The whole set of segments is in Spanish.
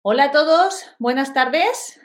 Hola a todos, buenas tardes.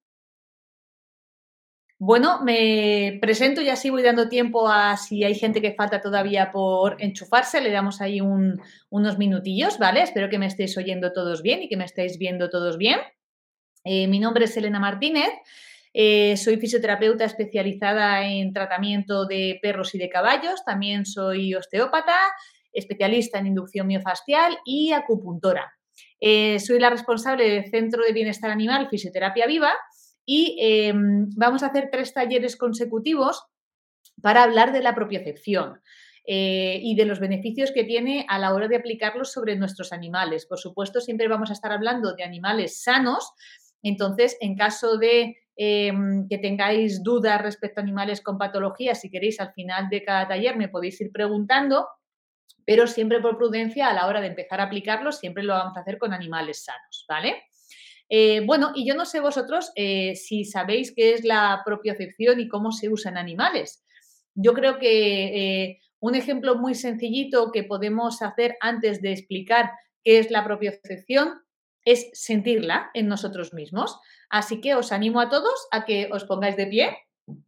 Bueno, me presento y así voy dando tiempo a si hay gente que falta todavía por enchufarse, le damos ahí unos minutillos, ¿vale? Espero que me estéis oyendo todos bien y que me estéis viendo todos bien. Mi nombre es Elena Martínez, soy fisioterapeuta especializada en tratamiento de perros y de caballos, también soy osteópata, especialista en inducción miofascial y acupuntora. Soy la responsable del Centro de Bienestar Animal Fisioterapia Viva y vamos a hacer 3 talleres consecutivos para hablar de la propiocepción y de los beneficios que tiene a la hora de aplicarlos sobre nuestros animales. Por supuesto, siempre vamos a estar hablando de animales sanos, entonces, en caso de que tengáis dudas respecto a animales con patologías, si queréis, al final de cada taller me podéis ir preguntando, pero siempre por prudencia a la hora de empezar a aplicarlos, siempre lo vamos a hacer con animales sanos, ¿vale? Bueno, y yo no sé vosotros si sabéis qué es la propiocepción y cómo se usa en animales. Yo creo que un ejemplo muy sencillito que podemos hacer antes de explicar qué es la propiocepción es sentirla en nosotros mismos. Así que os animo a todos a que os pongáis de pie.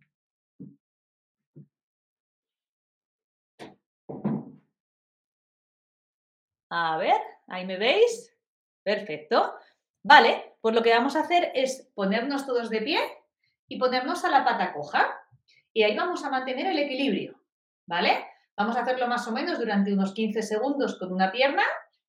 A ver, ahí me veis. Perfecto. Vale, pues lo que vamos a hacer es ponernos todos de pie y ponernos a la pata coja. Y ahí vamos a mantener el equilibrio, ¿vale? Vamos a hacerlo más o menos durante unos 15 segundos con una pierna.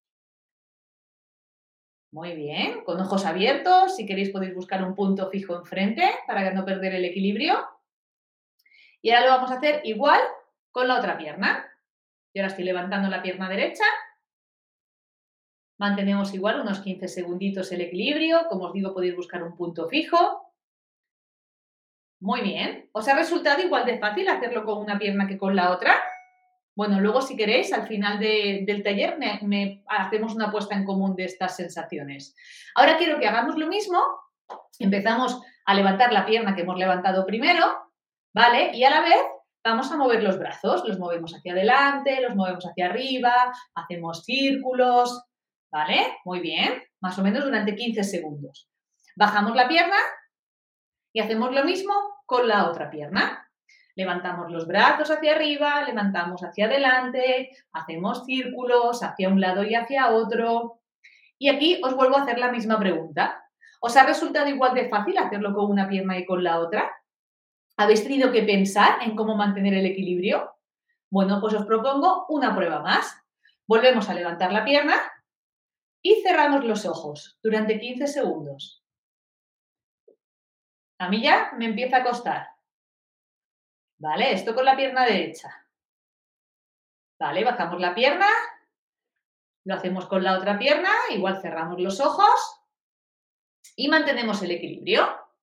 Muy bien, con ojos abiertos. Si queréis podéis buscar un punto fijo enfrente para no perder el equilibrio. Y ahora lo vamos a hacer igual con la otra pierna. Y ahora estoy levantando la pierna derecha. Mantenemos igual unos 15 segunditos el equilibrio. Como os digo, podéis buscar un punto fijo. Muy bien. ¿Os ha resultado igual de fácil hacerlo con una pierna que con la otra? Bueno, luego si queréis, al final del taller hacemos una puesta en común de estas sensaciones. Ahora quiero que hagamos lo mismo. Empezamos a levantar la pierna que hemos levantado primero, ¿vale? Y a la vez vamos a mover los brazos. Los movemos hacia adelante, los movemos hacia arriba, hacemos círculos, ¿vale? Muy bien. Más o menos durante 15 segundos. Bajamos la pierna y hacemos lo mismo con la otra pierna. Levantamos los brazos hacia arriba, levantamos hacia adelante, hacemos círculos hacia un lado y hacia otro. Y aquí os vuelvo a hacer la misma pregunta. ¿Os ha resultado igual de fácil hacerlo con una pierna y con la otra? ¿Habéis tenido que pensar en cómo mantener el equilibrio? Bueno, pues os propongo una prueba más. Volvemos a levantar la pierna y cerramos los ojos durante 15 segundos. A mí ya me empieza a costar. ¿Vale? Esto con la pierna derecha. Vale, bajamos la pierna, lo hacemos con la otra pierna, igual cerramos los ojos y mantenemos el equilibrio.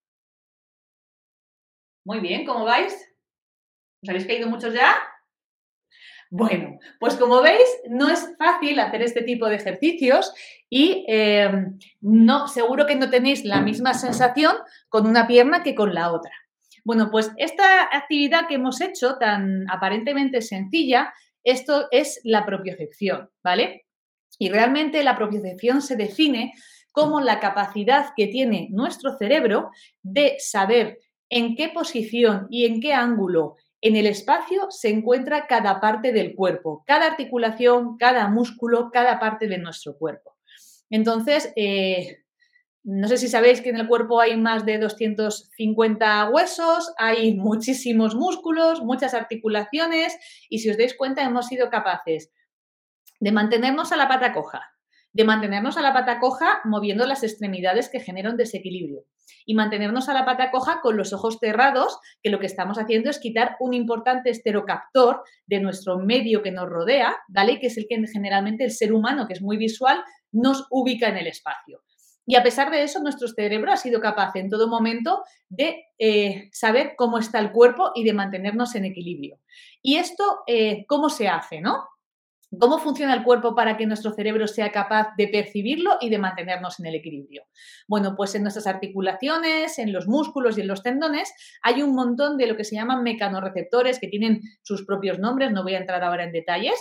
Muy bien, ¿cómo vais? ¿Os habéis caído muchos ya? Bueno, pues como veis, no es fácil hacer este tipo de ejercicios y no, seguro que no tenéis la misma sensación con una pierna que con la otra. Bueno, pues esta actividad que hemos hecho, tan aparentemente sencilla, esto es la propiocepción, ¿vale? Y realmente la propiocepción se define como la capacidad que tiene nuestro cerebro de saber en qué posición y en qué ángulo en el espacio se encuentra cada parte del cuerpo, cada articulación, cada músculo, cada parte de nuestro cuerpo. Entonces, no sé si sabéis que en el cuerpo hay más de 250 huesos, hay muchísimos músculos, muchas articulaciones y si os dais cuenta hemos sido capaces de mantenernos a la pata coja, de mantenernos a la pata coja moviendo las extremidades que generan desequilibrio y mantenernos a la pata coja con los ojos cerrados, que lo que estamos haciendo es quitar un importante esterocaptor de nuestro medio que nos rodea, ¿vale? Que es el que generalmente el ser humano, que es muy visual, nos ubica en el espacio. Y a pesar de eso, nuestro cerebro ha sido capaz en todo momento de saber cómo está el cuerpo y de mantenernos en equilibrio. Y esto, ¿cómo se hace, no? ¿Cómo funciona el cuerpo para que nuestro cerebro sea capaz de percibirlo y de mantenernos en el equilibrio? Bueno, pues en nuestras articulaciones, en los músculos y en los tendones hay un montón de lo que se llaman mecanorreceptores que tienen sus propios nombres, no voy a entrar ahora en detalles,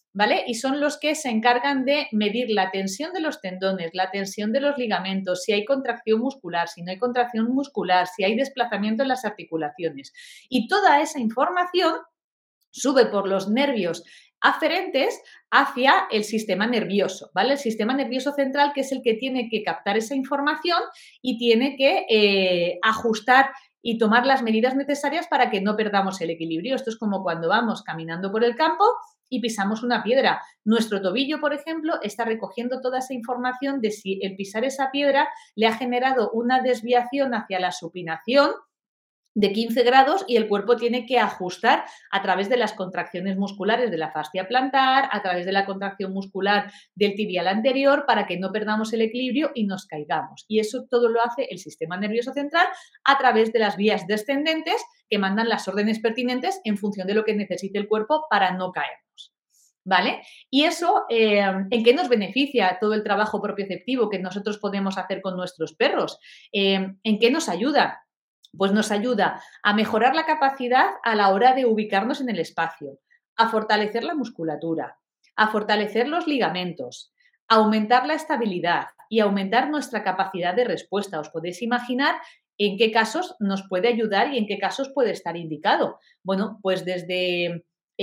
¿vale? Y son los que se encargan de medir la tensión de los tendones, la tensión de los ligamentos, si hay contracción muscular, si no hay contracción muscular, si hay desplazamiento en las articulaciones. Y toda esa información sube por los nervios aferentes hacia el sistema nervioso, ¿vale? El sistema nervioso central, que es el que tiene que captar esa información y tiene que ajustar y tomar las medidas necesarias para que no perdamos el equilibrio. Esto es como cuando vamos caminando por el campo y pisamos una piedra. Nuestro tobillo, por ejemplo, está recogiendo toda esa información de si el pisar esa piedra le ha generado una desviación hacia la supinación de 15 grados y el cuerpo tiene que ajustar a través de las contracciones musculares de la fascia plantar, a través de la contracción muscular del tibial anterior para que no perdamos el equilibrio y nos caigamos. Y eso todo lo hace el sistema nervioso central a través de las vías descendentes que mandan las órdenes pertinentes en función de lo que necesite el cuerpo para no caernos. ¿Vale? Y eso, ¿en qué nos beneficia todo el trabajo propioceptivo que nosotros podemos hacer con nuestros perros? ¿En qué nos ayuda? Pues nos ayuda a mejorar la capacidad a la hora de ubicarnos en el espacio, a fortalecer la musculatura, a fortalecer los ligamentos, a aumentar la estabilidad y aumentar nuestra capacidad de respuesta. Os podéis imaginar en qué casos nos puede ayudar y en qué casos puede estar indicado. Bueno, pues desde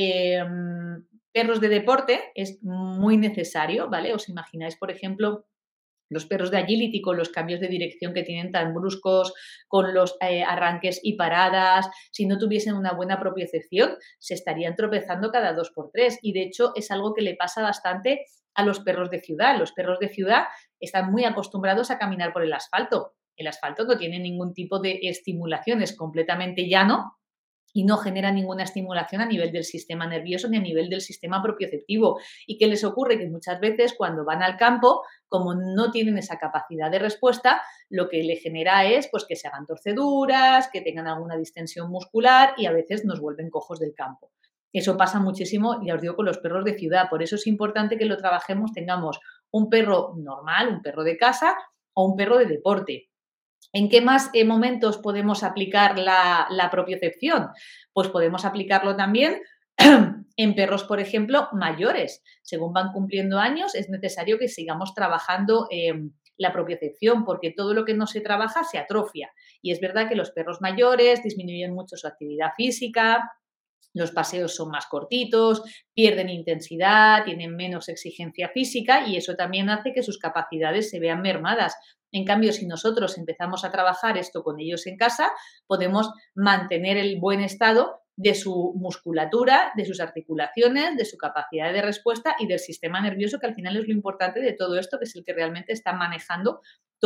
perros de deporte es muy necesario, ¿vale? Os imagináis, por ejemplo, los perros de agility con los cambios de dirección que tienen tan bruscos, con los arranques y paradas, si no tuviesen una buena propiocepción, se estarían tropezando cada 2 por 3 y de hecho es algo que le pasa bastante a los perros de ciudad. Los perros de ciudad están muy acostumbrados a caminar por el asfalto. El asfalto no tiene ningún tipo de estimulación, es completamente llano y no genera ninguna estimulación a nivel del sistema nervioso ni a nivel del sistema propioceptivo. ¿Y qué les ocurre? Que muchas veces cuando van al campo, como no tienen esa capacidad de respuesta, lo que le genera es pues, que se hagan torceduras, que tengan alguna distensión muscular y a veces nos vuelven cojos del campo. Eso pasa muchísimo, ya os digo, con los perros de ciudad. Por eso es importante que lo trabajemos, tengamos un perro normal, un perro de casa o un perro de deporte. ¿En qué más momentos podemos aplicar la propiocepción? Pues podemos aplicarlo también en perros, por ejemplo, mayores. Según van cumpliendo años, es necesario que sigamos trabajando la propiocepción, porque todo lo que no se trabaja se atrofia. Y es verdad que los perros mayores disminuyen mucho su actividad física, los paseos son más cortitos, pierden intensidad, tienen menos exigencia física y eso también hace que sus capacidades se vean mermadas. En cambio, si nosotros empezamos a trabajar esto con ellos en casa, podemos mantener el buen estado de su musculatura, de sus articulaciones, de su capacidad de respuesta y del sistema nervioso, que al final es lo importante de todo esto, que es el que realmente está manejando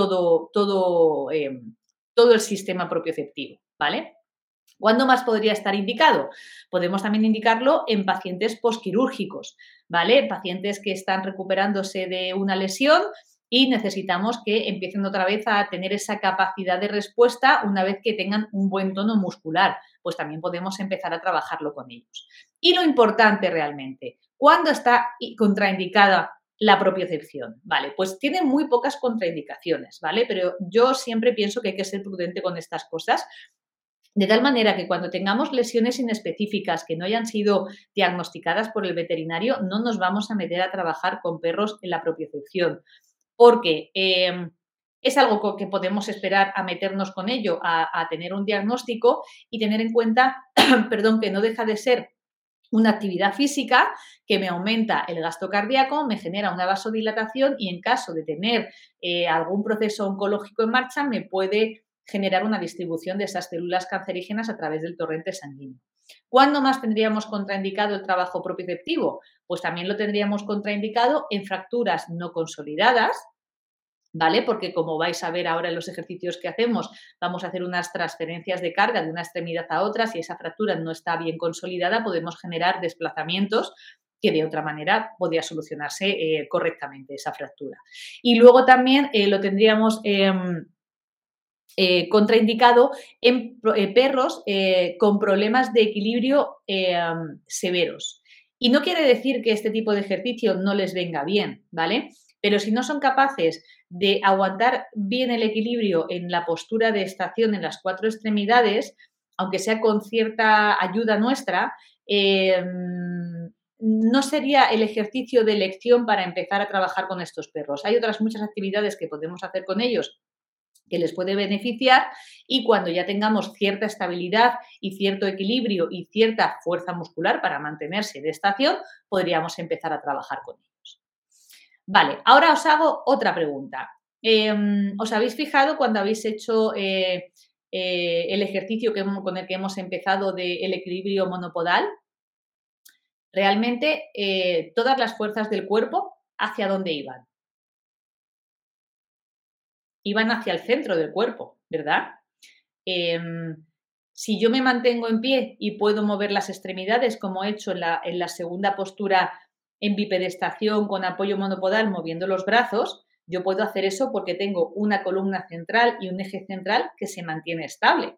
todo el sistema propioceptivo, ¿vale? ¿Cuándo más podría estar indicado? Podemos también indicarlo en pacientes posquirúrgicos, ¿vale? Pacientes que están recuperándose de una lesión y necesitamos que empiecen otra vez a tener esa capacidad de respuesta una vez que tengan un buen tono muscular. Pues también podemos empezar a trabajarlo con ellos. Y lo importante realmente, ¿cuándo está contraindicada la propiocepción? Vale, pues tiene muy pocas contraindicaciones, ¿vale? Pero yo siempre pienso que hay que ser prudente con estas cosas de tal manera que cuando tengamos lesiones inespecíficas que no hayan sido diagnosticadas por el veterinario, no nos vamos a meter a trabajar con perros en la propiocepción, porque es algo que podemos esperar a meternos con ello, a tener un diagnóstico y tener en cuenta, perdón, que no deja de ser una actividad física que me aumenta el gasto cardíaco, me genera una vasodilatación y en caso de tener algún proceso oncológico en marcha me puede generar una distribución de esas células cancerígenas a través del torrente sanguíneo. ¿Cuándo más tendríamos contraindicado el trabajo propioceptivo? Pues también lo tendríamos contraindicado en fracturas no consolidadas, ¿vale? Porque como vais a ver ahora en los ejercicios que hacemos, vamos a hacer unas transferencias de carga de una extremidad a otra. Si esa fractura no está bien consolidada, podemos generar desplazamientos que de otra manera podría solucionarse correctamente esa fractura. Y luego también lo tendríamos contraindicado en perros con problemas de equilibrio severos. Y no quiere decir que este tipo de ejercicio no les venga bien, ¿vale? Pero si no son capaces de aguantar bien el equilibrio en la postura de estación en las 4 extremidades, aunque sea con cierta ayuda nuestra, no sería el ejercicio de elección para empezar a trabajar con estos perros. Hay otras muchas actividades que podemos hacer con ellos que les puede beneficiar y cuando ya tengamos cierta estabilidad y cierto equilibrio y cierta fuerza muscular para mantenerse de estación, podríamos empezar a trabajar con ellos. Vale, ahora os hago otra pregunta. ¿Os habéis fijado cuando habéis hecho el ejercicio con el que hemos empezado del equilibrio monopodal? Realmente todas las fuerzas del cuerpo, ¿hacia dónde iban? Iban hacia el centro del cuerpo, ¿verdad? Si yo me mantengo en pie y puedo mover las extremidades, como he hecho en la segunda postura en bipedestación con apoyo monopodal moviendo los brazos, yo puedo hacer eso porque tengo una columna central y un eje central que se mantiene estable.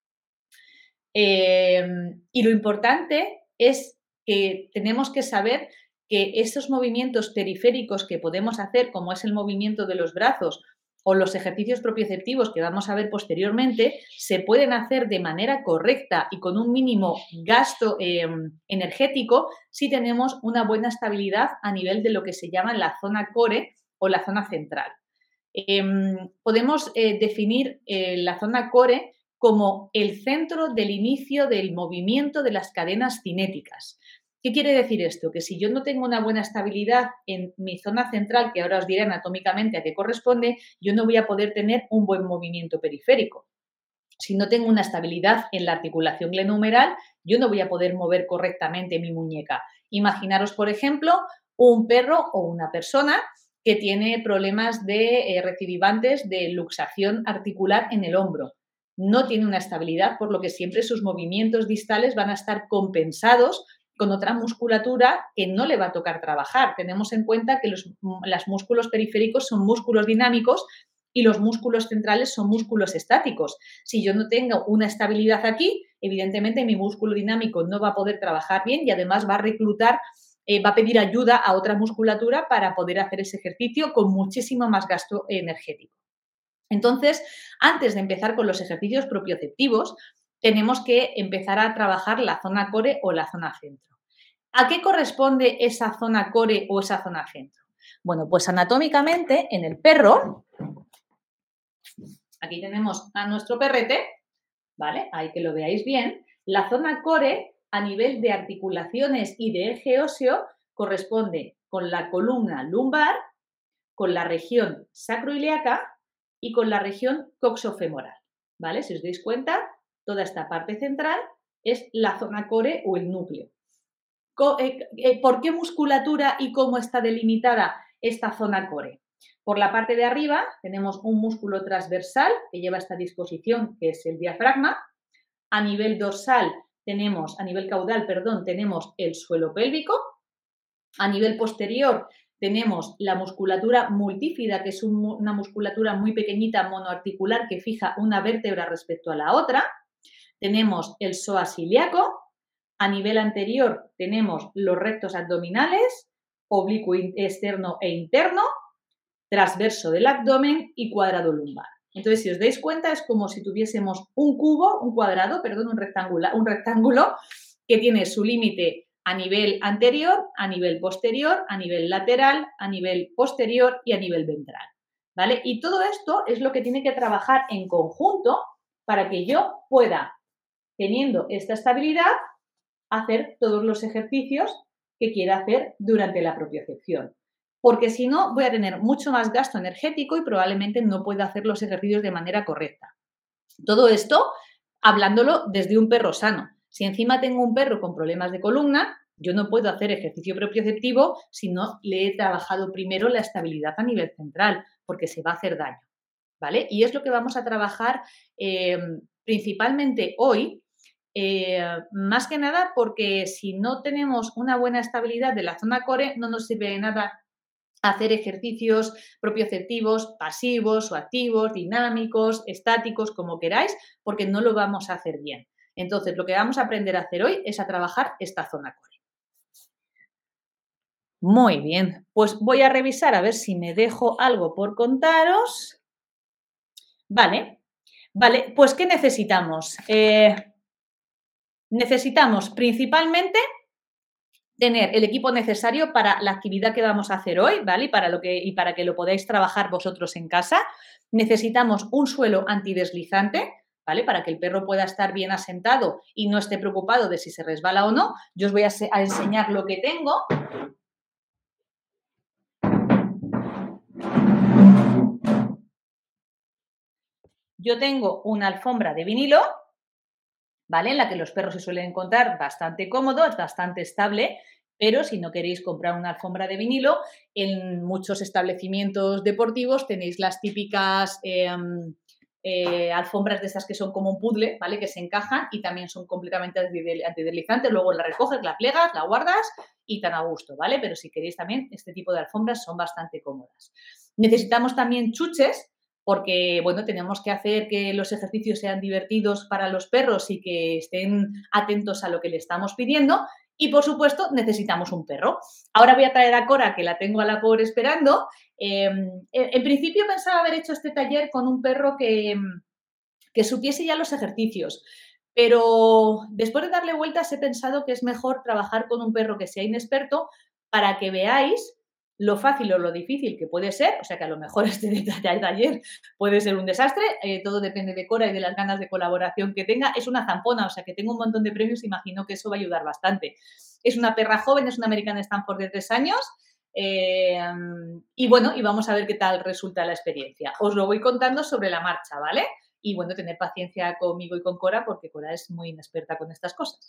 Y lo importante es que tenemos que saber que esos movimientos periféricos que podemos hacer, como es el movimiento de los brazos o los ejercicios propioceptivos que vamos a ver posteriormente, se pueden hacer de manera correcta y con un mínimo gasto energético si tenemos una buena estabilidad a nivel de lo que se llama la zona core o la zona central. Podemos definir la zona core como el centro del inicio del movimiento de las cadenas cinéticas. ¿Qué quiere decir esto? Que si yo no tengo una buena estabilidad en mi zona central, que ahora os diré anatómicamente a qué corresponde, yo no voy a poder tener un buen movimiento periférico. Si no tengo una estabilidad en la articulación glenohumeral, yo no voy a poder mover correctamente mi muñeca. Imaginaros, por ejemplo, un perro o una persona que tiene problemas de recidivantes de luxación articular en el hombro. No tiene una estabilidad, por lo que siempre sus movimientos distales van a estar compensados con otra musculatura que no le va a tocar trabajar. Tenemos en cuenta que los músculos periféricos son músculos dinámicos y los músculos centrales son músculos estáticos. Si yo no tengo una estabilidad aquí, evidentemente mi músculo dinámico no va a poder trabajar bien y además va a reclutar, va a pedir ayuda a otra musculatura para poder hacer ese ejercicio con muchísimo más gasto energético. Entonces, antes de empezar con los ejercicios propioceptivos, tenemos que empezar a trabajar la zona core o la zona centro. ¿A qué corresponde esa zona core o esa zona centro? Bueno, pues anatómicamente en el perro, aquí tenemos a nuestro perrete, ¿vale? Ahí que lo veáis bien. La zona core a nivel de articulaciones y de eje óseo corresponde con la columna lumbar, con la región sacroiliaca y con la región coxofemoral, ¿vale? Si os dais cuenta, toda esta parte central es la zona core o el núcleo. ¿Por qué musculatura y cómo está delimitada esta zona core? Por la parte de arriba tenemos un músculo transversal que lleva esta disposición, que es el diafragma. A nivel dorsal tenemos, a nivel caudal, perdón, tenemos el suelo pélvico. A nivel posterior tenemos la musculatura multífida, que es una musculatura muy pequeñita, monoarticular, que fija una vértebra respecto a la otra. Tenemos el psoas ilíaco. A nivel anterior tenemos los rectos abdominales, oblicuo externo e interno, transverso del abdomen y cuadrado lumbar. Entonces, si os dais cuenta, es como si tuviésemos un rectángulo que tiene su límite a nivel anterior, a nivel posterior, a nivel lateral, a nivel posterior y a nivel ventral, ¿vale? Y todo esto es lo que tiene que trabajar en conjunto para que yo pueda, teniendo esta estabilidad, hacer todos los ejercicios que quiera hacer durante la propiocepción. Porque si no, voy a tener mucho más gasto energético y probablemente no pueda hacer los ejercicios de manera correcta. Todo esto hablándolo desde un perro sano. Si encima tengo un perro con problemas de columna, yo no puedo hacer ejercicio propioceptivo si no le he trabajado primero la estabilidad a nivel central, porque se va a hacer daño, ¿vale? Y es lo que vamos a trabajar principalmente hoy, más que nada porque si no tenemos una buena estabilidad de la zona core, no nos sirve de nada hacer ejercicios propioceptivos, pasivos o activos, dinámicos, estáticos, como queráis, porque no lo vamos a hacer bien. Entonces, lo que vamos a aprender a hacer hoy es a trabajar esta zona core. Muy bien, pues voy a revisar a ver si me dejo algo por contaros. Vale, pues ¿qué necesitamos? Necesitamos principalmente tener el equipo necesario para la actividad que vamos a hacer hoy, ¿vale? Y para que lo podáis trabajar vosotros en casa. Necesitamos un suelo antideslizante, ¿vale? Para que el perro pueda estar bien asentado y no esté preocupado de si se resbala o no. Yo os voy a enseñar lo que tengo. Yo tengo una alfombra de vinilo, ¿vale? En la que los perros se suelen encontrar bastante cómodos, bastante estable, pero si no queréis comprar una alfombra de vinilo, en muchos establecimientos deportivos tenéis las típicas alfombras de estas que son como un puzzle, ¿vale? Que se encajan y también son completamente antideslizantes, luego la recoges, la plegas, la guardas y tan a gusto, ¿vale? Pero si queréis también, este tipo de alfombras son bastante cómodas. Necesitamos también chuches, porque, bueno, tenemos que hacer que los ejercicios sean divertidos para los perros y que estén atentos a lo que le estamos pidiendo. Y, por supuesto, necesitamos un perro. Ahora voy a traer a Cora, que la tengo a la pobre esperando. En principio pensaba haber hecho este taller con un perro que supiese ya los ejercicios, pero después de darle vueltas he pensado que es mejor trabajar con un perro que sea inexperto para que veáis lo fácil o lo difícil que puede ser, o sea que a lo mejor este taller puede ser un desastre, todo depende de Cora y de las ganas de colaboración que tenga. Es una zampona, o sea que tengo un montón de premios, imagino que eso va a ayudar bastante. Es una perra joven, es una American Stanford de 3 años, y bueno, y vamos a ver qué tal resulta la experiencia. Os lo voy contando sobre la marcha, ¿vale? Y bueno, tener paciencia conmigo y con Cora, porque Cora es muy inexperta con estas cosas.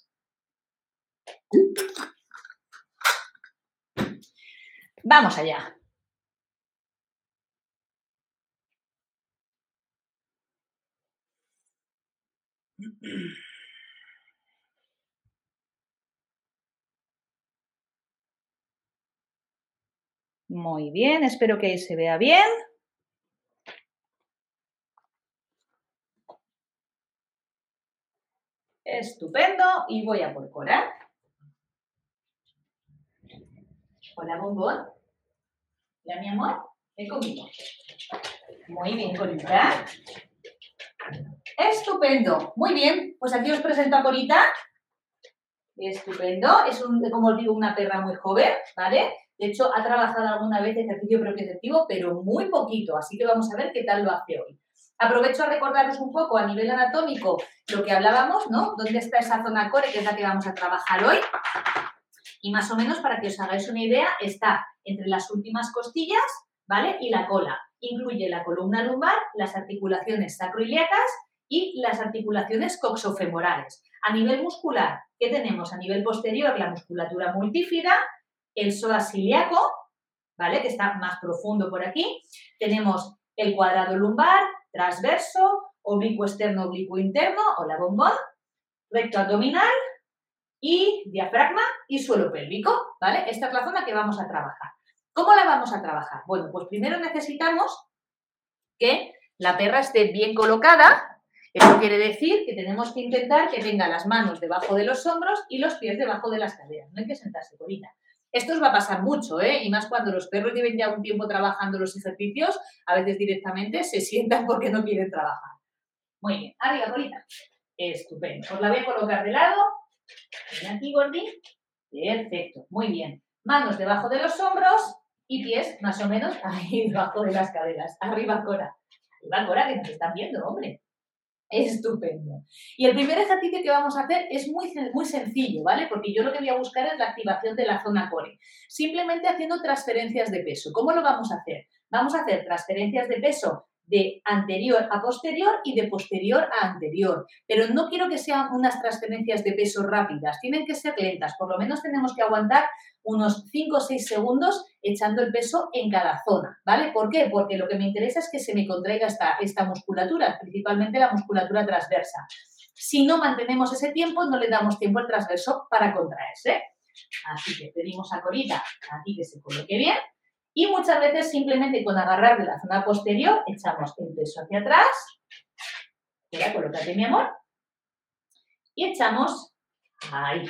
Vamos allá. Muy bien, espero que ahí se vea bien. Estupendo, y voy a por Cora. Hola, bombón. Hola, mi amor. Ven conmigo. Muy bien, Corita. Estupendo. Muy bien, pues aquí os presento a Corita. Estupendo. Es, como os digo, una perra muy joven, ¿vale? De hecho, ha trabajado alguna vez ejercicio propioceptivo, pero muy poquito, así que vamos a ver qué tal lo hace hoy. Aprovecho a recordaros un poco a nivel anatómico lo que hablábamos, ¿no? ¿Dónde está esa zona core, que es la que vamos a trabajar hoy? Y más o menos, para que os hagáis una idea, está entre las últimas costillas, ¿vale? Y la cola. Incluye la columna lumbar, las articulaciones sacroiliacas y las articulaciones coxofemorales. A nivel muscular, ¿qué tenemos? A nivel posterior, la musculatura multífida, el psoas ilíaco, ¿vale? Que está más profundo por aquí. Tenemos el cuadrado lumbar, transverso, oblicuo externo, oblicuo interno, o la bombón, recto abdominal y diafragma y suelo pélvico, ¿vale? Esta es la zona que vamos a trabajar. ¿Cómo la vamos a trabajar? Bueno, pues primero necesitamos que la perra esté bien colocada. Eso quiere decir que tenemos que intentar que tenga las manos debajo de los hombros y los pies debajo de las caderas. No hay que sentarse, Corita. Esto os va a pasar mucho, ¿eh? Y más cuando los perros lleven ya un tiempo trabajando los ejercicios, a veces directamente se sientan porque no quieren trabajar. Muy bien, arriba, Corita. Estupendo. Os la voy a colocar de lado. Ven aquí, Gordi. Perfecto, muy bien. Manos debajo de los hombros y pies más o menos ahí debajo de las caderas. Arriba, Cora. Arriba, Cora, que nos están viendo, hombre. Estupendo. Y el primer ejercicio que vamos a hacer es muy sencillo, ¿vale? Porque yo lo que voy a buscar es la activación de la zona core. Simplemente haciendo transferencias de peso. ¿Cómo lo vamos a hacer? Vamos a hacer transferencias de peso de anterior a posterior y de posterior a anterior. Pero no quiero que sean unas transferencias de peso rápidas, tienen que ser lentas. Por lo menos tenemos que aguantar unos 5 o 6 segundos echando el peso en cada zona, ¿vale? ¿Por qué? Porque lo que me interesa es que se me contraiga esta musculatura, principalmente la musculatura transversa. Si no mantenemos ese tiempo, no le damos tiempo al transverso para contraerse. Así que pedimos a Corita aquí que se coloque bien. Y muchas veces simplemente con agarrar de la zona posterior echamos el peso hacia atrás. Mira, colócate, mi amor. Y echamos ahí.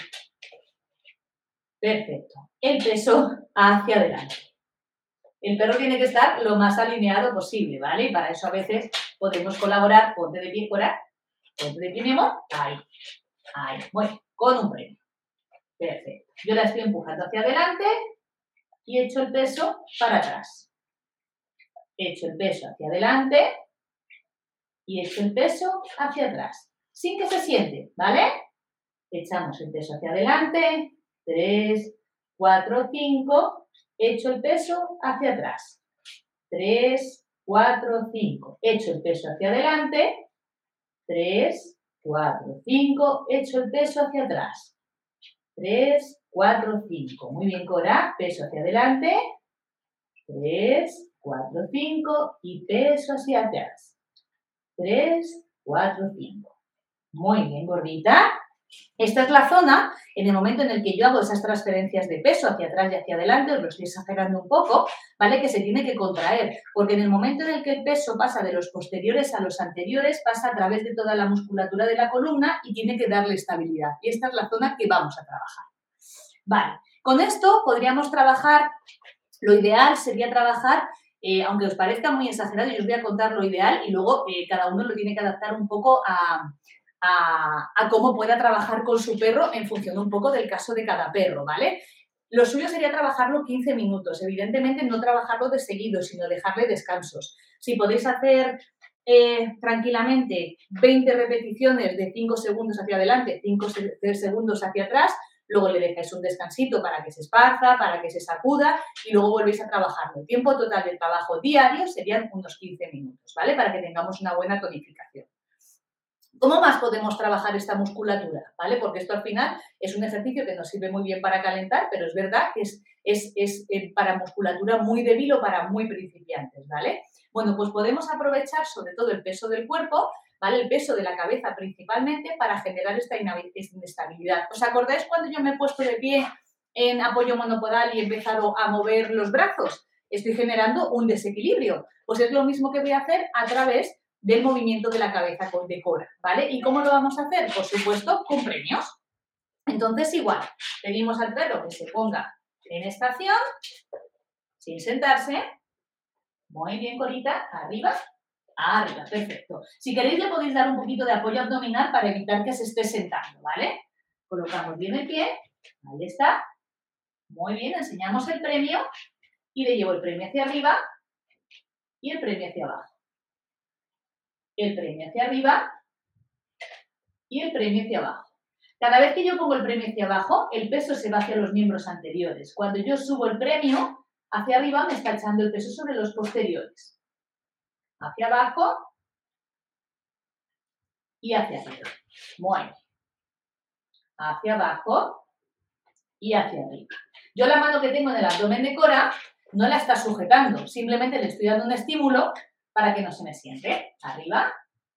Perfecto. El peso hacia adelante. El perro tiene que estar lo más alineado posible, ¿vale? Y para eso a veces podemos colaborar. Ponte de pie, Cora. Ponte de pie, mi amor. Ahí. Ahí. Bueno, con un premio. Perfecto. Yo la estoy empujando hacia adelante y echo el peso para atrás. Echo el peso hacia adelante y echo el peso hacia atrás. Sin que se siente, ¿vale? Echamos el peso hacia adelante. 3, 4, 5. Echo el peso hacia atrás. 3, 4, 5. Echo el peso hacia adelante. 3, 4, 5. Echo el peso hacia atrás. 3, 4, 5. Muy bien, Cora. Peso hacia adelante. 3, 4, 5. Y peso hacia atrás. 3, 4, 5. Muy bien, gordita. Esta es la zona, en el momento en el que yo hago esas transferencias de peso hacia atrás y hacia adelante, os lo estoy exagerando un poco, ¿vale? Que se tiene que contraer, porque en el momento en el que el peso pasa de los posteriores a los anteriores, pasa a través de toda la musculatura de la columna y tiene que darle estabilidad. Y esta es la zona que vamos a trabajar. Vale, con esto podríamos trabajar, lo ideal sería trabajar, aunque os parezca muy exagerado, yo os voy a contar lo ideal y luego cada uno lo tiene que adaptar un poco a cómo pueda trabajar con su perro en función un poco del caso de cada perro, ¿vale? Lo suyo sería trabajarlo 15 minutos, evidentemente no trabajarlo de seguido, sino dejarle descansos. Si podéis hacer tranquilamente 20 repeticiones de 5 segundos hacia adelante, 5 segundos hacia atrás, luego le dejáis un descansito para que se esparza, para que se sacuda y luego volvéis a trabajarlo. El tiempo total de trabajo diario serían unos 15 minutos, ¿vale? Para que tengamos una buena tonificación. ¿Cómo más podemos trabajar esta musculatura? ¿Vale? Porque esto al final es un ejercicio que nos sirve muy bien para calentar, pero es verdad que es para musculatura muy débil o para muy principiantes, ¿vale? Bueno, pues podemos aprovechar sobre todo el peso del cuerpo, ¿vale? El peso de la cabeza principalmente para generar esta inestabilidad. ¿Os acordáis cuando yo me he puesto de pie en apoyo monopodal y he empezado a mover los brazos? Estoy generando un desequilibrio. Pues es lo mismo que voy a hacer a través del movimiento de la cabeza de Cora, ¿vale? ¿Y cómo lo vamos a hacer? Por supuesto, con premios. Entonces, igual, pedimos al perro que se ponga en estación, sin sentarse. Muy bien, Corita, arriba, arriba, perfecto. Si queréis le podéis dar un poquito de apoyo abdominal para evitar que se esté sentando, ¿vale? Colocamos bien el pie, ahí está. Muy bien, enseñamos el premio y le llevo el premio hacia arriba y el premio hacia abajo. El premio hacia arriba y el premio hacia abajo. Cada vez que yo pongo el premio hacia abajo, el peso se va hacia los miembros anteriores. Cuando yo subo el premio hacia arriba, me está echando el peso sobre los posteriores. Hacia abajo y hacia arriba. Muy bien. Hacia abajo y hacia arriba. Yo la mano que tengo en el abdomen de Cora no la está sujetando, simplemente le estoy dando un estímulo para que no se me siente. Arriba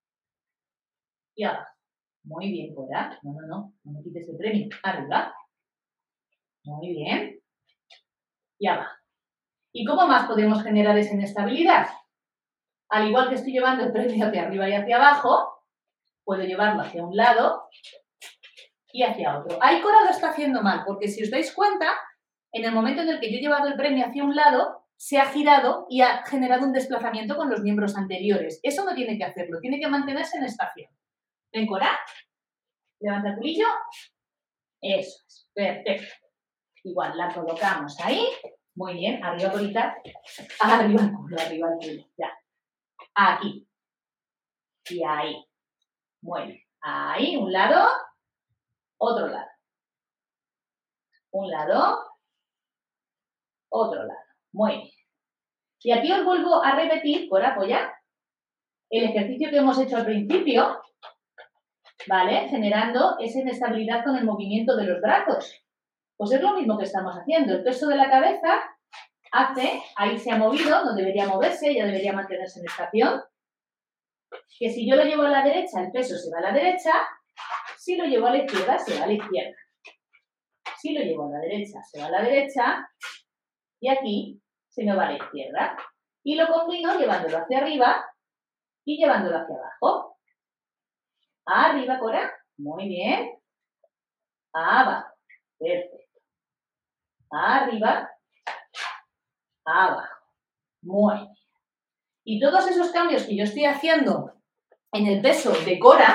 y abajo. Muy bien, Cora. No me quites el premio. Arriba. Muy bien. Y abajo. ¿Y cómo más podemos generar esa inestabilidad? Al igual que estoy llevando el premio hacia arriba y hacia abajo, puedo llevarlo hacia un lado y hacia otro. Ahí Cora lo está haciendo mal, porque si os dais cuenta, en el momento en el que yo he llevado el premio hacia un lado, se ha girado y ha generado un desplazamiento con los miembros anteriores. Eso no tiene que hacerlo, tiene que mantenerse en estación. ¿Ven, Cora? Levanta el culillo. Eso es, perfecto. Igual la colocamos ahí. Muy bien, arriba, Corita. Arriba el culo, arriba el culo. Ya. Aquí. Y ahí. Muy bien. Ahí, un lado, otro lado. Un lado, otro lado. Muy bien. Y aquí os vuelvo a repetir, por apoyar, el ejercicio que hemos hecho al principio, ¿vale? Generando esa inestabilidad con el movimiento de los brazos. Pues es lo mismo que estamos haciendo. El peso de la cabeza hace, ahí se ha movido, no debería moverse, ya debería mantenerse en estación. Que si yo lo llevo a la derecha, el peso se va a la derecha. Si lo llevo a la izquierda, se va a la izquierda. Si lo llevo a la derecha, se va a la derecha. Y aquí se me va a la izquierda. Y lo combino llevándolo hacia arriba y llevándolo hacia abajo. Arriba, Cora. Muy bien. Abajo. Perfecto. Arriba. Abajo. Muy bien. Y todos esos cambios que yo estoy haciendo en el peso de Cora,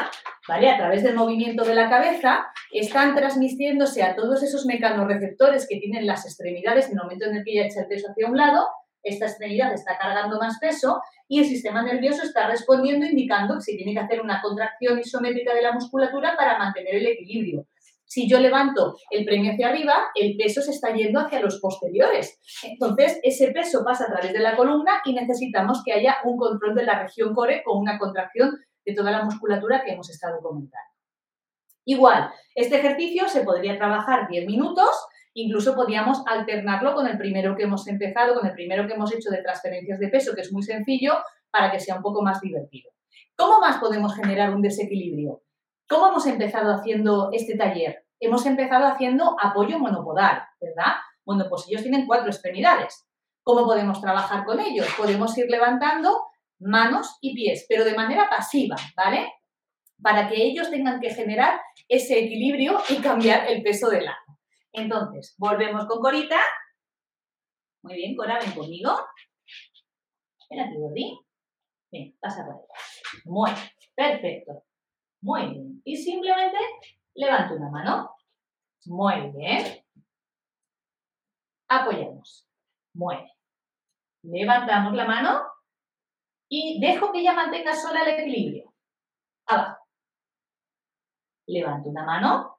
¿vale? A través del movimiento de la cabeza, están transmitiéndose a todos esos mecanorreceptores que tienen las extremidades en el momento en el que ella echa el peso hacia un lado, esta extremidad está cargando más peso y el sistema nervioso está respondiendo indicando si tiene que hacer una contracción isométrica de la musculatura para mantener el equilibrio. Si yo levanto el premio hacia arriba, el peso se está yendo hacia los posteriores. Entonces, ese peso pasa a través de la columna y necesitamos que haya un control de la región core con una contracción de toda la musculatura que hemos estado comentando. Igual, este ejercicio se podría trabajar 10 minutos, incluso podríamos alternarlo con el primero que hemos empezado, con el primero que hemos hecho de transferencias de peso, que es muy sencillo, para que sea un poco más divertido. ¿Cómo más podemos generar un desequilibrio? ¿Cómo hemos empezado haciendo este taller? Hemos empezado haciendo apoyo monopodal, ¿verdad? Bueno, pues ellos tienen 4 extremidades. ¿Cómo podemos trabajar con ellos? Podemos ir levantando manos y pies, pero de manera pasiva, ¿vale? Para que ellos tengan que generar ese equilibrio y cambiar el peso del lado. Entonces, volvemos con Corita. Muy bien, Cora, ven conmigo. Ven aquí, Gordi. Ven, pasa por ahí. Muy bien, perfecto. Muy bien. Y simplemente levanto una mano. Muy bien. Apoyamos. Muy bien. Levantamos la mano y dejo que ella mantenga sola el equilibrio. Abajo. Levanto una mano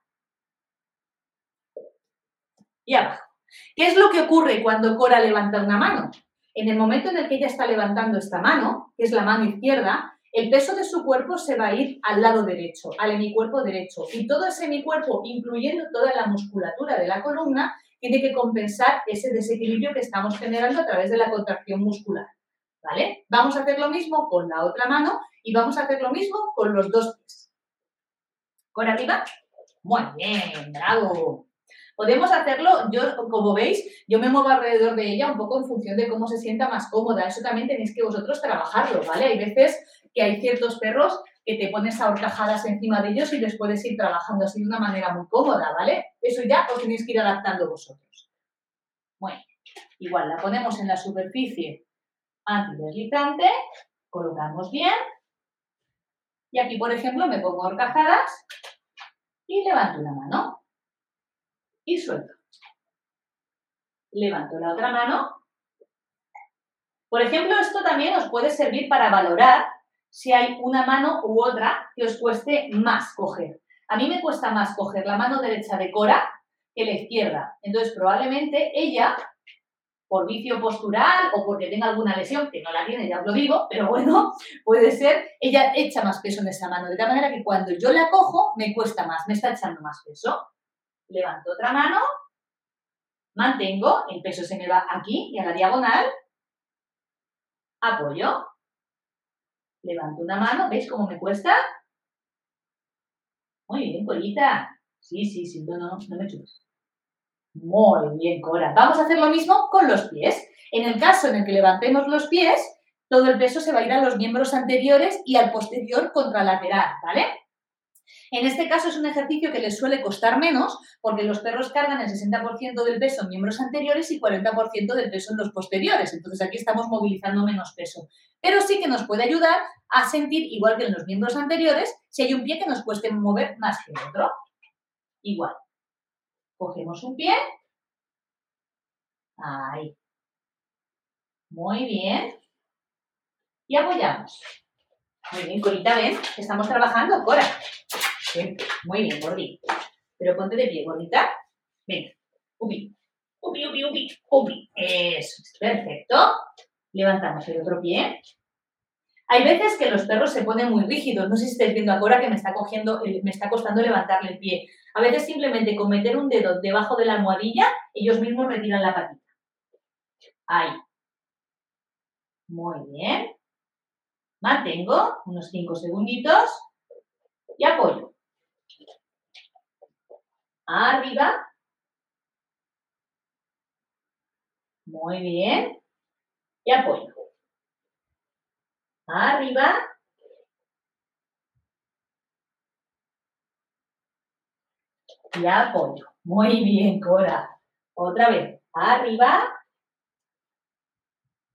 y abajo. ¿Qué es lo que ocurre cuando Cora levanta una mano? En el momento en el que ella está levantando esta mano, que es la mano izquierda, el peso de su cuerpo se va a ir al lado derecho, al hemicuerpo derecho. Y todo ese hemicuerpo, incluyendo toda la musculatura de la columna, tiene que compensar ese desequilibrio que estamos generando a través de la contracción muscular. ¿Vale? Vamos a hacer lo mismo con la otra mano y vamos a hacer lo mismo con los 2 pies. ¿Con arriba? Muy bien, bravo. Podemos hacerlo, yo, como veis, yo me muevo alrededor de ella un poco en función de cómo se sienta más cómoda. Eso también tenéis que vosotros trabajarlo, ¿vale? Hay veces que hay ciertos perros que te pones a horcajadas encima de ellos y les puedes ir trabajando así de una manera muy cómoda, ¿vale? Eso ya os tenéis que ir adaptando vosotros. Bueno, igual la ponemos en la superficie antideslizante, colocamos bien. Y aquí, por ejemplo, me pongo horcajadas y levanto una mano. Y suelto. Levanto la otra mano. Por ejemplo, esto también os puede servir para valorar si hay una mano u otra que os cueste más coger. A mí me cuesta más coger la mano derecha de Cora que la izquierda. Entonces, probablemente ella, por vicio postural o porque tenga alguna lesión, que no la tiene, ya os lo digo, pero bueno, puede ser, ella echa más peso en esa mano. De tal manera que cuando yo la cojo, me cuesta más, me está echando más peso. Levanto otra mano. Mantengo, el peso se me va aquí y a la diagonal. Apoyo. Levanto una mano, ¿veis cómo me cuesta? Muy bien, Corita. Sí, no me chupes. Muy bien, Cora. Vamos a hacer lo mismo con los pies. En el caso en el que levantemos los pies, todo el peso se va a ir a los miembros anteriores y al posterior contralateral, ¿vale? En este caso es un ejercicio que les suele costar menos porque los perros cargan el 60% del peso en miembros anteriores y 40% del peso en los posteriores. Entonces aquí estamos movilizando menos peso. Pero sí que nos puede ayudar a sentir, igual que en los miembros anteriores, si hay un pie que nos cueste mover más que el otro. Igual. Cogemos un pie. Ahí. Muy bien. Y apoyamos. Muy bien, Corita, ven. Estamos trabajando, Cora. Bien. Muy bien, Gordi. Pero ponte de pie, Gordita. Venga. Upi. Upi. Eso es. Perfecto. Levantamos el otro pie. Hay veces que los perros se ponen muy rígidos. No sé si estáis viendo a Cora que me está costando levantarle el pie. A veces simplemente con meter un dedo debajo de la almohadilla, ellos mismos retiran la patita. Ahí. Muy bien. Mantengo unos 5 segunditos y apoyo. Arriba. Muy bien. Y apoyo. Arriba. Y apoyo. Muy bien, Cora. Otra vez. Arriba.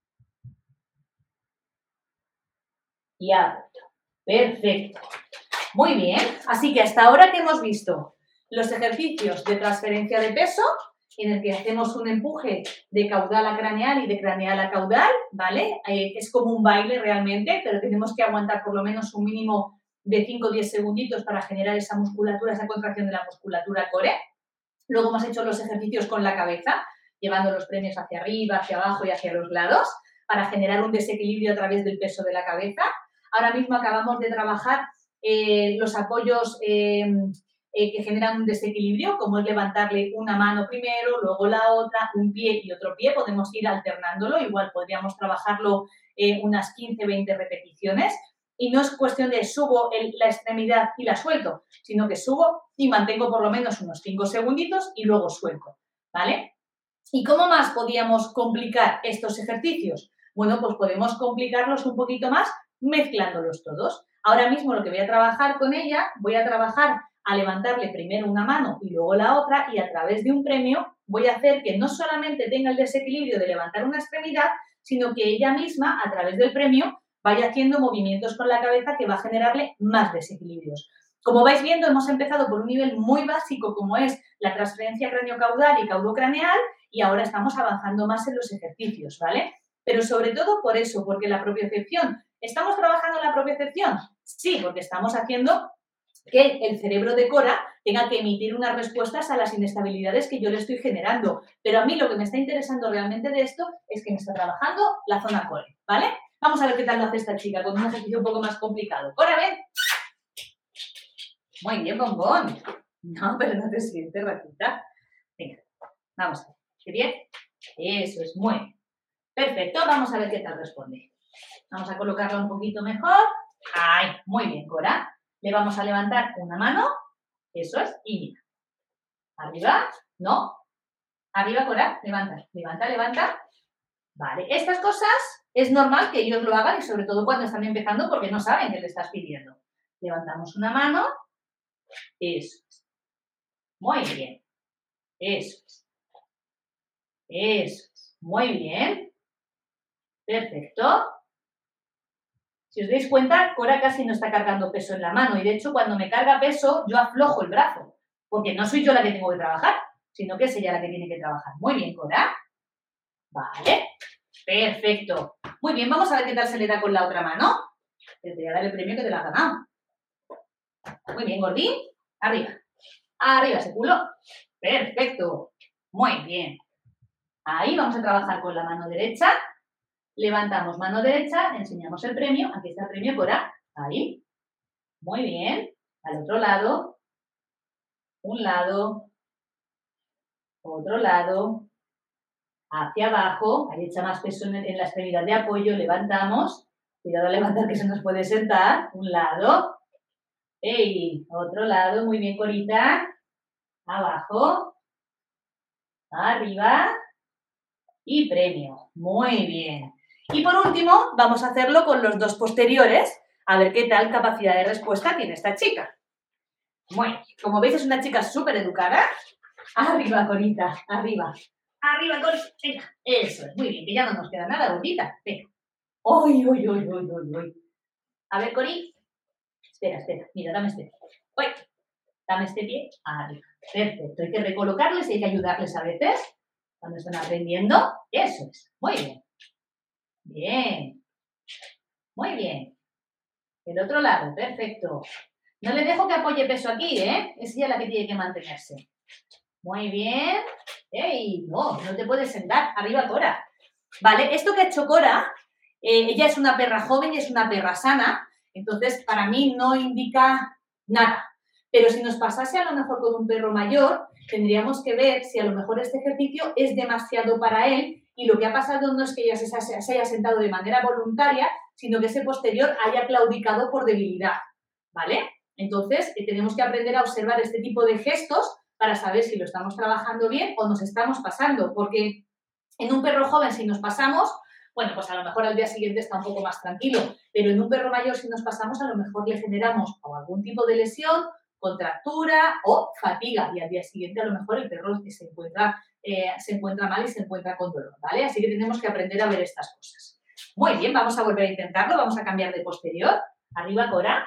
Y apoyo. Perfecto. Muy bien, así que hasta ahora que hemos visto los ejercicios de transferencia de peso, en el que hacemos un empuje de caudal a craneal y de craneal a caudal, ¿vale? Es como un baile realmente, pero tenemos que aguantar por lo menos un mínimo de 5 o 10 segunditos para generar esa musculatura, esa contracción de la musculatura core. Luego hemos hecho los ejercicios con la cabeza, llevando los premios hacia arriba, hacia abajo y hacia los lados, para generar un desequilibrio a través del peso de la cabeza. Ahora mismo acabamos de trabajar los apoyos que generan un desequilibrio, como es levantarle una mano primero, luego la otra, un pie y otro pie. Podemos ir alternándolo, igual podríamos trabajarlo unas 15, 20 repeticiones. Y no es cuestión de subo la extremidad y la suelto, sino que subo y mantengo por lo menos unos 5 segunditos y luego suelto, ¿vale? ¿Y cómo más podíamos complicar estos ejercicios? Bueno, pues podemos complicarlos un poquito más mezclándolos todos. Ahora mismo lo que voy a trabajar con ella, voy a trabajar a levantarle primero una mano y luego la otra y a través de un premio voy a hacer que no solamente tenga el desequilibrio de levantar una extremidad, sino que ella misma, a través del premio, vaya haciendo movimientos con la cabeza que va a generarle más desequilibrios. Como vais viendo, hemos empezado por un nivel muy básico como es la transferencia craniocaudal y caudocraneal y ahora estamos avanzando más en los ejercicios, ¿vale? Pero sobre todo por eso, porque la propiocepción, ¿estamos trabajando en la propiocepción? Sí, porque estamos haciendo que el cerebro de Cora tenga que emitir unas respuestas a las inestabilidades que yo le estoy generando. Pero a mí lo que me está interesando realmente de esto es que me está trabajando la zona core, ¿vale? Vamos a ver qué tal lo hace esta chica con un ejercicio un poco más complicado. Cora, ven. Muy bien, bombón. No, pero no te sientes, ratita. Venga, vamos a ver. ¿Qué bien? Eso es, muy bien. Perfecto, vamos a ver qué tal responde. Vamos a colocarla un poquito mejor. ¡Ay! Muy bien, Cora. Le vamos a levantar una mano. Eso es, y mira. Arriba, no. Arriba, Cora, levanta, levanta, levanta. Vale, estas cosas es normal que ellos lo hagan y sobre todo cuando están empezando porque no saben qué le estás pidiendo. Levantamos una mano. Eso es. Muy bien. Eso es. Eso es. Muy bien. Perfecto. Si os dais cuenta, Cora casi no está cargando peso en la mano y de hecho cuando me carga peso yo aflojo el brazo porque no soy yo la que tengo que trabajar, sino que es ella la que tiene que trabajar. Muy bien, Cora. Vale. Perfecto. Muy bien, vamos a ver qué tal se le da con la otra mano. Te voy a dar el premio que te lo has ganado. Muy bien, Gordín. Arriba. Arriba ese culo. Perfecto. Muy bien. Ahí vamos a trabajar con la mano derecha. Levantamos mano derecha, enseñamos el premio. Aquí está el premio, Cora. Ahí. Muy bien. Al otro lado. Un lado. Otro lado. Hacia abajo. Ahí echa más peso en la extremidad de apoyo. Levantamos. Cuidado al levantar que se nos puede sentar. Un lado. ¡Ey! Otro lado. Muy bien, Corita. Abajo. Arriba. Y premio. Muy bien. Y por último, vamos a hacerlo con los dos posteriores, a ver qué tal capacidad de respuesta tiene esta chica. Muy bien. Como veis, es una chica súper educada. Arriba, Corita, arriba. Arriba, Corita. Venga, eso es. Muy bien, que ya no nos queda nada, bonita. Venga. ¡Uy, uy, uy, uy, uy, uy! A ver, Cori. Espera, espera. Mira, dame este pie. ¡Uy! Dame este pie. Arriba. Perfecto. Hay que recolocarles y hay que ayudarles a veces cuando están aprendiendo. Eso es. Muy bien. Bien. Muy bien. El otro lado, perfecto. No le dejo que apoye peso aquí, ¿eh? Es ella la que tiene que mantenerse. Muy bien. ¡Ey! No, no te puedes sentar. Arriba, Cora. Vale, esto que ha hecho Cora, ella es una perra joven y es una perra sana, entonces para mí no indica nada. Pero si nos pasase a lo mejor con un perro mayor, tendríamos que ver si a lo mejor este ejercicio es demasiado para él y lo que ha pasado no es que ella se haya sentado de manera voluntaria, sino que ese posterior haya claudicado por debilidad, ¿vale? Entonces, tenemos que aprender a observar este tipo de gestos para saber si lo estamos trabajando bien o nos estamos pasando, porque en un perro joven si nos pasamos, bueno, pues a lo mejor al día siguiente está un poco más tranquilo, pero en un perro mayor si nos pasamos a lo mejor le generamos o algún tipo de lesión, contractura o fatiga y al día siguiente a lo mejor el perro se encuentra mal y se encuentra con dolor, ¿vale? Así que tenemos que aprender a ver estas cosas. Muy bien, vamos a volver a intentarlo, vamos a cambiar de posterior. Arriba, Cora.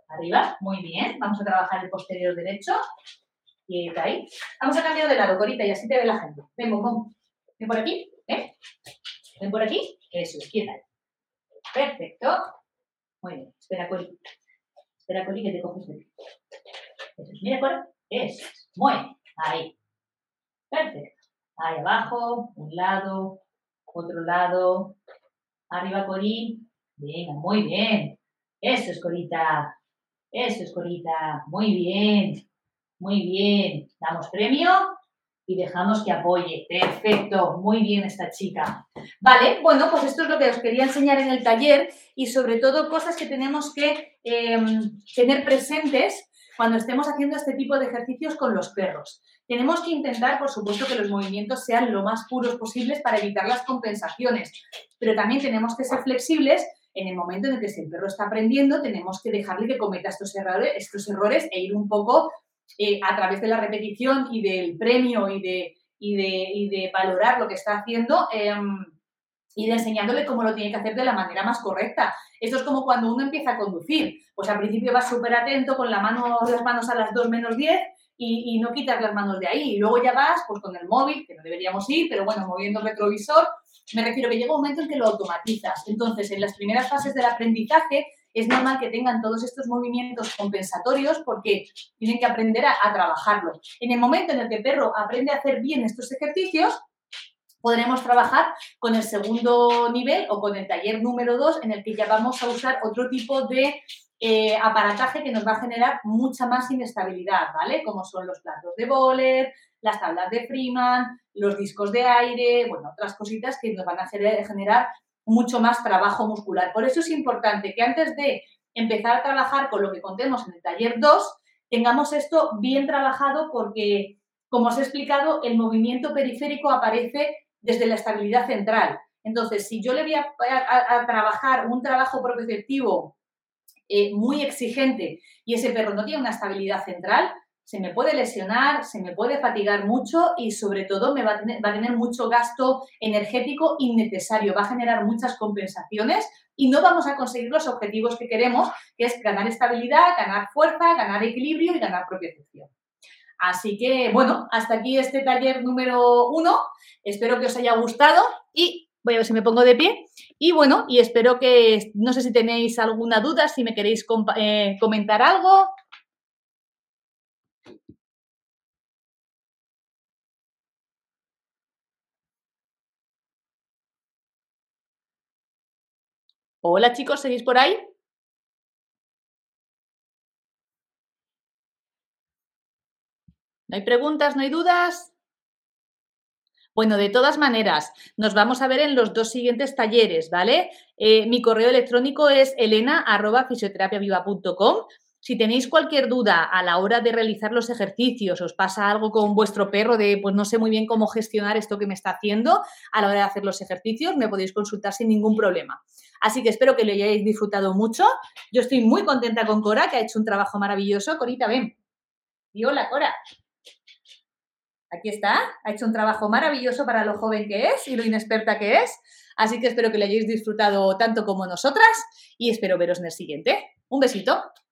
Arriba, muy bien. Vamos a trabajar el posterior derecho. Quieta ahí. Vamos a cambiar de lado, Corita, y así te ve la gente. Ven, bombón. Ven por aquí, ¿eh? Ven por aquí. Eso es, quieta ahí. Perfecto. Muy bien. Espera, Cori. Espera, Cori, que te coges el... Eso es. Mira, Cori. Eso es. Muy bien. Ahí. Perfecto. Ahí abajo, un lado, otro lado. Arriba, Cori. Venga, muy bien. Eso es, Corita. Eso es, Corita. Muy bien. Muy bien. Damos premio y dejamos que apoye. Perfecto. Muy bien esta chica. Vale, bueno, pues esto es lo que os quería enseñar en el taller y sobre todo cosas que tenemos que tener presentes cuando estemos haciendo este tipo de ejercicios con los perros. Tenemos que intentar, por supuesto, que los movimientos sean lo más puros posibles para evitar las compensaciones, pero también tenemos que ser flexibles en el momento en el que si el perro está aprendiendo, tenemos que dejarle que cometa estos errores e ir un poco a través de la repetición y del premio y de valorar lo que está haciendo, ir enseñándole cómo lo tiene que hacer de la manera más correcta. Esto es como cuando uno empieza a conducir. Pues al principio vas súper atento con las manos a las 2 menos 10 y no quitas las manos de ahí. Y luego ya vas pues con el móvil, que no deberíamos ir, pero bueno, moviendo el retrovisor. Me refiero que llega un momento en que lo automatizas. Entonces, en las primeras fases del aprendizaje es normal que tengan todos estos movimientos compensatorios porque tienen que aprender a trabajarlo. En el momento en el que el perro aprende a hacer bien estos ejercicios, podremos trabajar con el segundo nivel o con el taller número 2 en el que ya vamos a usar otro tipo de aparataje que nos va a generar mucha más inestabilidad, ¿vale? Como son los platos de Bowler, las tablas de Freeman, los discos de aire, bueno, otras cositas que nos van a generar mucho más trabajo muscular. Por eso es importante que antes de empezar a trabajar con lo que contemos en el taller 2, tengamos esto bien trabajado porque, como os he explicado, el movimiento periférico aparece desde la estabilidad central. Entonces, si yo le voy a trabajar un trabajo propioceptivo muy exigente y ese perro no tiene una estabilidad central, se me puede lesionar, se me puede fatigar mucho y sobre todo va a tener mucho gasto energético innecesario, va a generar muchas compensaciones y no vamos a conseguir los objetivos que queremos, que es ganar estabilidad, ganar fuerza, ganar equilibrio y ganar propiocepción. Así que, bueno, hasta aquí este taller número 1. Espero que os haya gustado y voy a ver si me pongo de pie. Y bueno, y espero que, no sé si tenéis alguna duda, si me queréis comentar algo. Hola chicos, ¿seguís por ahí? ¿No hay preguntas, no hay dudas? Bueno, de todas maneras, nos vamos a ver en los 2 siguientes talleres, ¿vale? Mi correo electrónico es elena@fisioterapiaviva.com. Si tenéis cualquier duda a la hora de realizar los ejercicios, os pasa algo con vuestro perro de, pues no sé muy bien cómo gestionar esto que me está haciendo a la hora de hacer los ejercicios, me podéis consultar sin ningún problema. Así que espero que lo hayáis disfrutado mucho. Yo estoy muy contenta con Cora, que ha hecho un trabajo maravilloso. Corita, ven. Y hola, Cora. Aquí está, ha hecho un trabajo maravilloso para lo joven que es y lo inexperta que es. Así que espero que lo hayáis disfrutado tanto como nosotras y espero veros en el siguiente. Un besito.